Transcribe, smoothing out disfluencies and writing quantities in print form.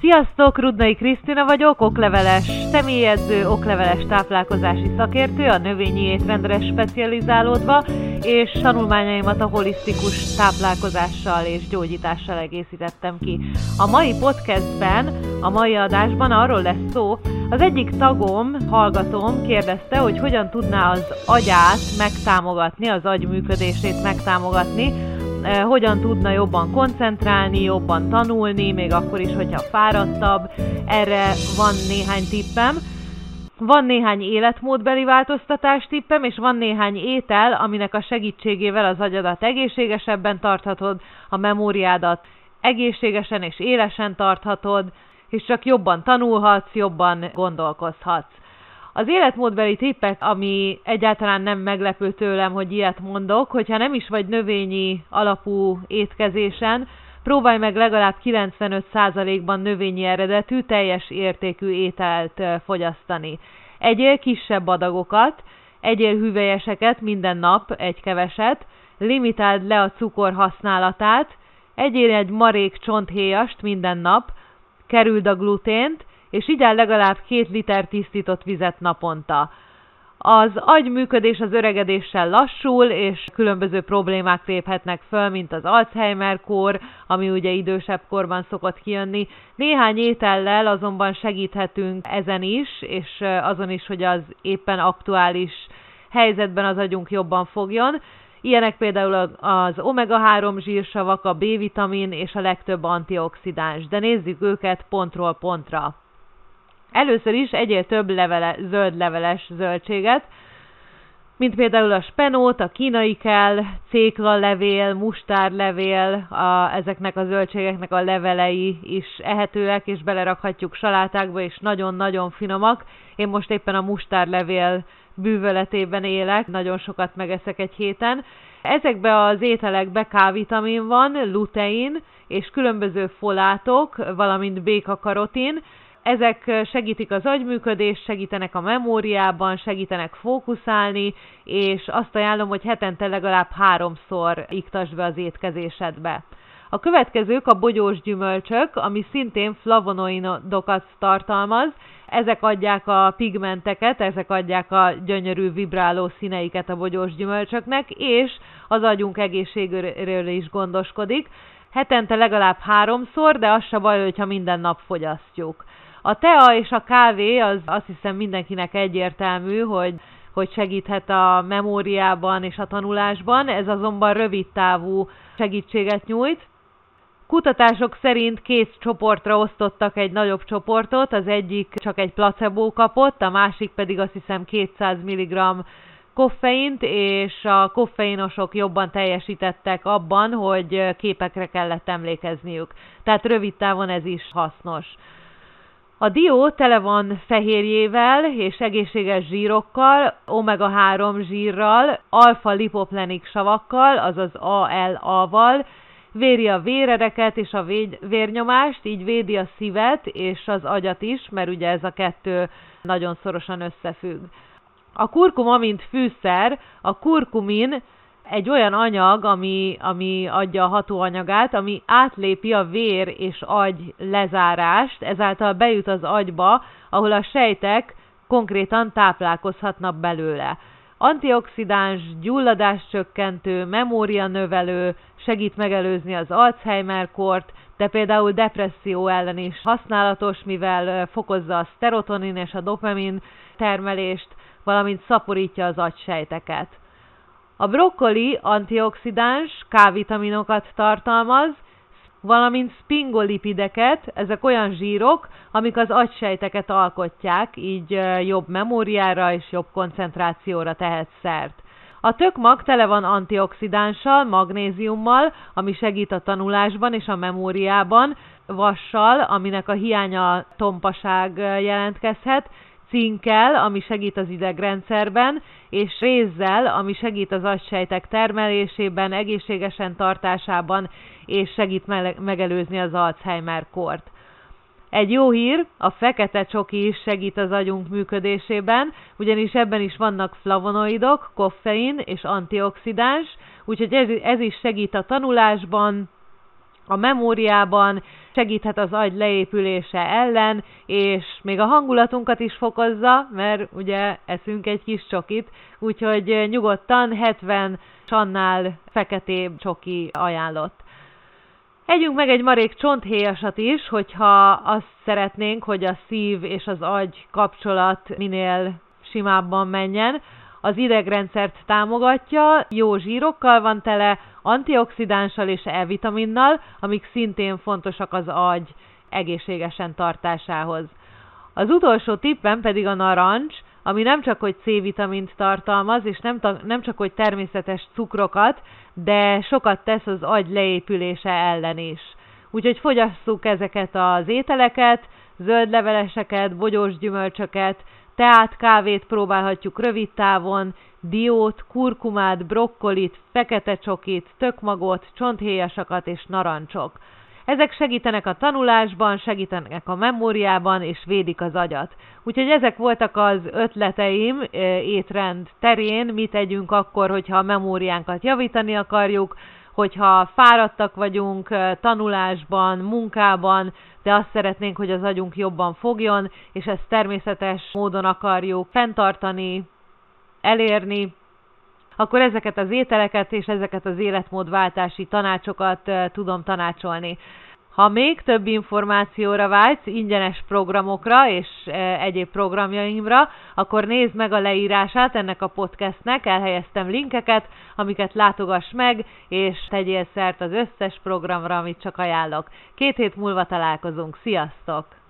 Sziasztok, Rudnai Krisztina vagyok, okleveles személyedző, okleveles táplálkozási szakértő, a növényi étrendre specializálódva, és tanulmányaimat a holisztikus táplálkozással és gyógyítással egészítettem ki. A mai podcastben, a mai adásban arról lesz szó, az egyik tagom, hallgatóm kérdezte, hogy hogyan tudná az agyát megtámogatni, az agy működését megtámogatni, hogyan tudna jobban koncentrálni, jobban tanulni, még akkor is, hogyha fáradtabb. Erre van néhány tippem. Van néhány életmódbeli változtatás tippem, és van néhány étel, aminek a segítségével az agyadat egészségesebben tarthatod, a memóriádat egészségesen és élesen tarthatod, és csak jobban tanulhatsz, jobban gondolkozhatsz. Az életmódbeli tippek, ami egyáltalán nem meglepő tőlem, hogy ilyet mondok, hogyha nem is vagy növényi alapú étkezésen, próbálj meg legalább 95%-ban növényi eredetű, teljes értékű ételt fogyasztani. Egyél kisebb adagokat, egyél hüvelyeseket minden nap, egy keveset, limitáld le a cukor használatát, egyél egy marék csonthéjast minden nap, kerüld a glutént, és igyál legalább 2 liter tisztított vizet naponta. Az agyműködés az öregedéssel lassul, és különböző problémák léphetnek föl, mint az Alzheimer-kór, ami ugye idősebb korban szokott kijönni. Néhány étellel azonban segíthetünk ezen is, és azon is, hogy az éppen aktuális helyzetben az agyunk jobban fogjon. Ilyenek például az omega-3 zsírsavak, a B-vitamin és a legtöbb antioxidáns, de nézzük őket pontról pontra. Először is egyél több zöld leveles zöldséget, mint például a spenót, a kínai kell, céklalevél, mustárlevél, ezeknek a zöldségeknek a levelei is ehetőek, és belerakhatjuk salátákba, és nagyon-nagyon finomak. Én most éppen a mustárlevél bűvöletében élek, nagyon sokat megeszek egy héten. Ezekben az ételekben K-vitamin van, lutein és különböző folátok, valamint béka-karotin. Ezek segítik az agyműködést, segítenek a memóriában, segítenek fókuszálni, és azt ajánlom, hogy hetente legalább 3-szor iktasd be az étkezésedbe. A következők a bogyós gyümölcsök, ami szintén flavonoidokat tartalmaz. Ezek adják a pigmenteket, ezek adják a gyönyörű vibráló színeiket a bogyós gyümölcsöknek, és az agyunk egészségéről is gondoskodik. Hetente legalább 3-szor, de az se baj, hogyha minden nap fogyasztjuk. A tea és a kávé az azt hiszem mindenkinek egyértelmű, hogy segíthet a memóriában és a tanulásban, ez azonban rövid távú segítséget nyújt. Kutatások szerint 2 csoportra osztottak egy nagyobb csoportot, az egyik csak egy placebo kapott, a másik pedig azt hiszem 200 mg koffeint, és a koffeinosok jobban teljesítettek abban, hogy képekre kellett emlékezniük. Tehát rövid távon ez is hasznos. A dió tele van fehérjével és egészséges zsírokkal, omega-3 zsírral, alfa-lipoplenik savakkal, azaz ALA-val, véri a vérereket és a vérnyomást, így védi a szívet és az agyat is, mert ugye ez a kettő nagyon szorosan összefügg. A kurkuma, mint fűszer, a kurkumin egy olyan anyag, ami adja a hatóanyagát, ami átlépi a vér és agy lezárást, ezáltal bejut az agyba, ahol a sejtek konkrétan táplálkozhatnak belőle. Antioxidáns, gyulladáscsökkentő, memórianövelő, segít megelőzni az Alzheimer-kort, de például depresszió ellen is használatos, mivel fokozza a szterotonin és a dopamin termelést, valamint szaporítja az agysejteket. A brokkoli antioxidáns, K-vitaminokat tartalmaz, valamint sphingolipideket, ezek olyan zsírok, amik az agysejteket alkotják, így jobb memóriára és jobb koncentrációra tehet szert. A tökmag tele van antioxidánssal, magnéziummal, ami segít a tanulásban és a memóriában, vassal, aminek a hiánya tompaság jelentkezhet, cinkkel, ami segít az idegrendszerben, és rézzel, ami segít az agysejtek termelésében, egészségesen tartásában, és segít megelőzni az Alzheimer-kort. Egy jó hír, a fekete csoki is segít az agyunk működésében, ugyanis ebben is vannak flavonoidok, koffein és antioxidáns, úgyhogy ez is segít a tanulásban, a memóriában, segíthet az agy leépülése ellen, és még a hangulatunkat is fokozza, mert ugye eszünk egy kis csokit, úgyhogy nyugodtan 70 csannál feketébb csoki ajánlott. Együnk meg egy marék csonthéjasat is, hogyha azt szeretnénk, hogy a szív és az agy kapcsolat minél simábban menjen. Az idegrendszert támogatja, jó zsírokkal van tele, antioxidánssal és E-vitaminnal, amik szintén fontosak az agy egészségesen tartásához. Az utolsó tippem pedig a narancs, ami nem csak hogy C-vitamint tartalmaz, és nem csak hogy természetes cukrokat, de sokat tesz az agy leépülése ellen is. Úgyhogy fogyasszuk ezeket az ételeket, zöldleveleseket, bogyós gyümölcsöket, teát, kávét próbálhatjuk rövid távon, diót, kurkumát, brokkolit, fekete csokit, tökmagot, csonthéjasakat és narancsok. Ezek segítenek a tanulásban, segítenek a memóriában és védik az agyat. Úgyhogy ezek voltak az ötleteim étrend terén, mit tegyünk akkor, hogyha a memóriánkat javítani akarjuk, hogyha fáradtak vagyunk tanulásban, munkában, de azt szeretnénk, hogy az agyunk jobban fogjon, és ezt természetes módon akarjuk fenntartani, elérni, akkor ezeket az ételeket és ezeket az életmódváltási tanácsokat tudom tanácsolni. Ha még több információra vágysz, ingyenes programokra és egyéb programjaimra, akkor nézd meg a leírását ennek a podcastnek, elhelyeztem linkeket, amiket látogass meg, és tegyél szert az összes programra, amit csak ajánlok. 2 hét múlva találkozunk. Sziasztok!